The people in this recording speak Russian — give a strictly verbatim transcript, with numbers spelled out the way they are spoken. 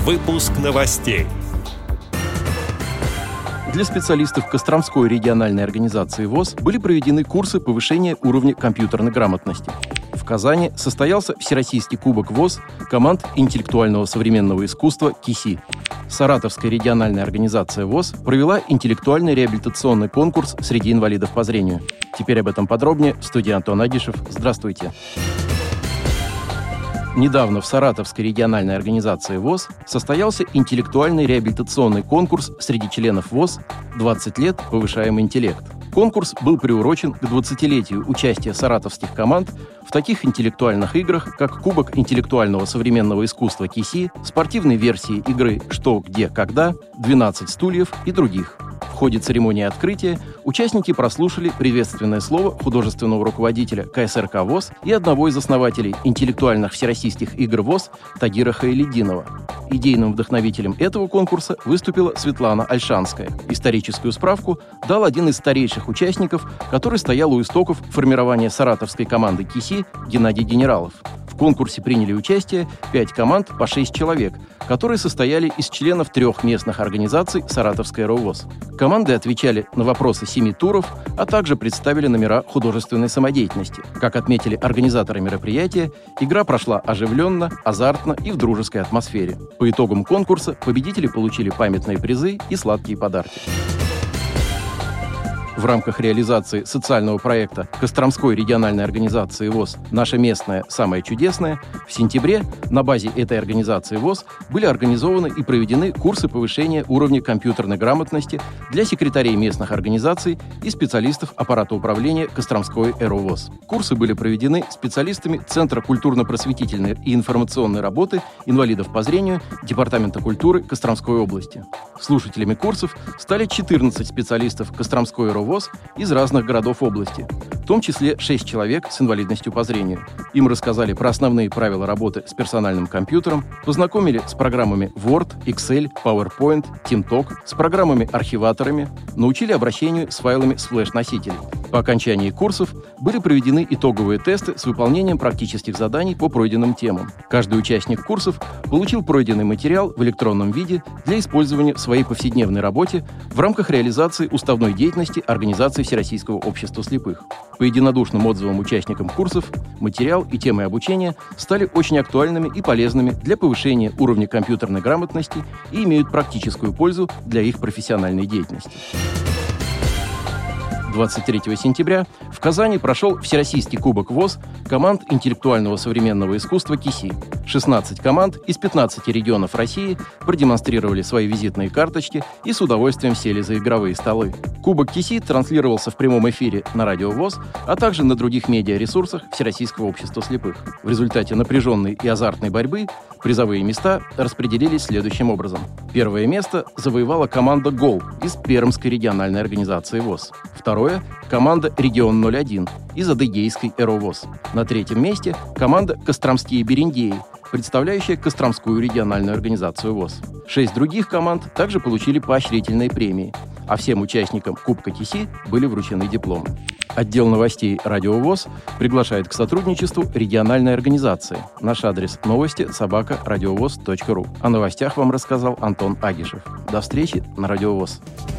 Выпуск новостей. Для специалистов Костромской региональной организации ВОС были проведены курсы повышения уровня компьютерной грамотности. В Казани состоялся Всероссийский кубок ВОС команд интеллектуального современного искусства КИСИ. Саратовская региональная организация ВОС провела интеллектуальный реабилитационный конкурс среди инвалидов по зрению. Теперь об этом подробнее. В студии Антон Агишев. Здравствуйте. Недавно в Саратовской региональной организации ВОС состоялся интеллектуальный реабилитационный конкурс среди членов ВОС «двадцать лет. Повышаем интеллект». Конкурс был приурочен к двадцатилетию участия саратовских команд в таких интеллектуальных играх, как Кубок интеллектуального современного искусства КИСИ, спортивной версии игры «Что, где, когда», «двенадцать стульев» и других. В ходе церемонии открытия участники прослушали приветственное слово художественного руководителя КСРК ВОС и одного из основателей интеллектуальных всероссийских игр ВОС Тагира Хаилиддинова. Идейным вдохновителем этого конкурса выступила Светлана Ольшанская. Историческую справку дал один из старейших участников, который стоял у истоков формирования саратовской команды КИСИ Геннадий Генералов. В конкурсе приняли участие пять команд по шесть человек, которые состояли из членов трех местных организаций Саратовской РОВОС. Команды отвечали на вопросы семи туров, а также представили номера художественной самодеятельности. Как отметили организаторы мероприятия, игра прошла оживленно, азартно и в дружеской атмосфере. По итогам конкурса победители получили памятные призы и сладкие подарки. В рамках реализации социального проекта Костромской региональной организации ВОС «Наша местная самая чудесная» в сентябре на базе этой организации ВОС были организованы и проведены курсы повышения уровня компьютерной грамотности для секретарей местных организаций и специалистов аппарата управления Костромской РОВОС. Курсы были проведены специалистами Центра культурно-просветительной и информационной работы инвалидов по зрению Департамента культуры Костромской области. Слушателями курсов стали четырнадцать специалистов Костромской РОВОС из разных городов области, в том числе шесть человек с инвалидностью по зрению. Им рассказали про основные правила работы с персональным компьютером, познакомили с программами Word, Excel, PowerPoint, TeamTalk, с программами-архиваторами, научили обращению с файлами с флеш-носителей. По окончании курсов были проведены итоговые тесты с выполнением практических заданий по пройденным темам. Каждый участник курсов получил пройденный материал в электронном виде для использования в своей повседневной работе в рамках реализации уставной деятельности Организации Всероссийского общества слепых. По единодушным отзывам участникам курсов, материал и темы обучения стали очень актуальными и полезными для повышения уровня компьютерной грамотности и имеют практическую пользу для их профессиональной деятельности. двадцать третьего сентября в Казани прошел Всероссийский кубок ВОС команд интеллектуального современного искусства КИСИ. шестнадцать команд из пятнадцати регионов России продемонстрировали свои визитные карточки и с удовольствием сели за игровые столы. Кубок КИСИ транслировался в прямом эфире на радио ВОС, а также на других медиаресурсах Всероссийского общества слепых. В результате напряженной и азартной борьбы призовые места распределились следующим образом. Первое место завоевала команда «Гол» из Пермской региональной организации ВОС. Второе – команда «Регион ноль один» из Адыгейской РОВОС. На третьем месте – команда «Костромские берендеи», представляющая Костромскую региональную организацию ВОС. Шесть других команд также получили поощрительные премии, а всем участникам Кубка КИСИ были вручены дипломы. Отдел новостей Радио ВОС приглашает к сотрудничеству региональной организации. Наш адрес новости собака радиовоз точка ру. О новостях вам рассказал Антон Агишев. До встречи на Радио ВОС.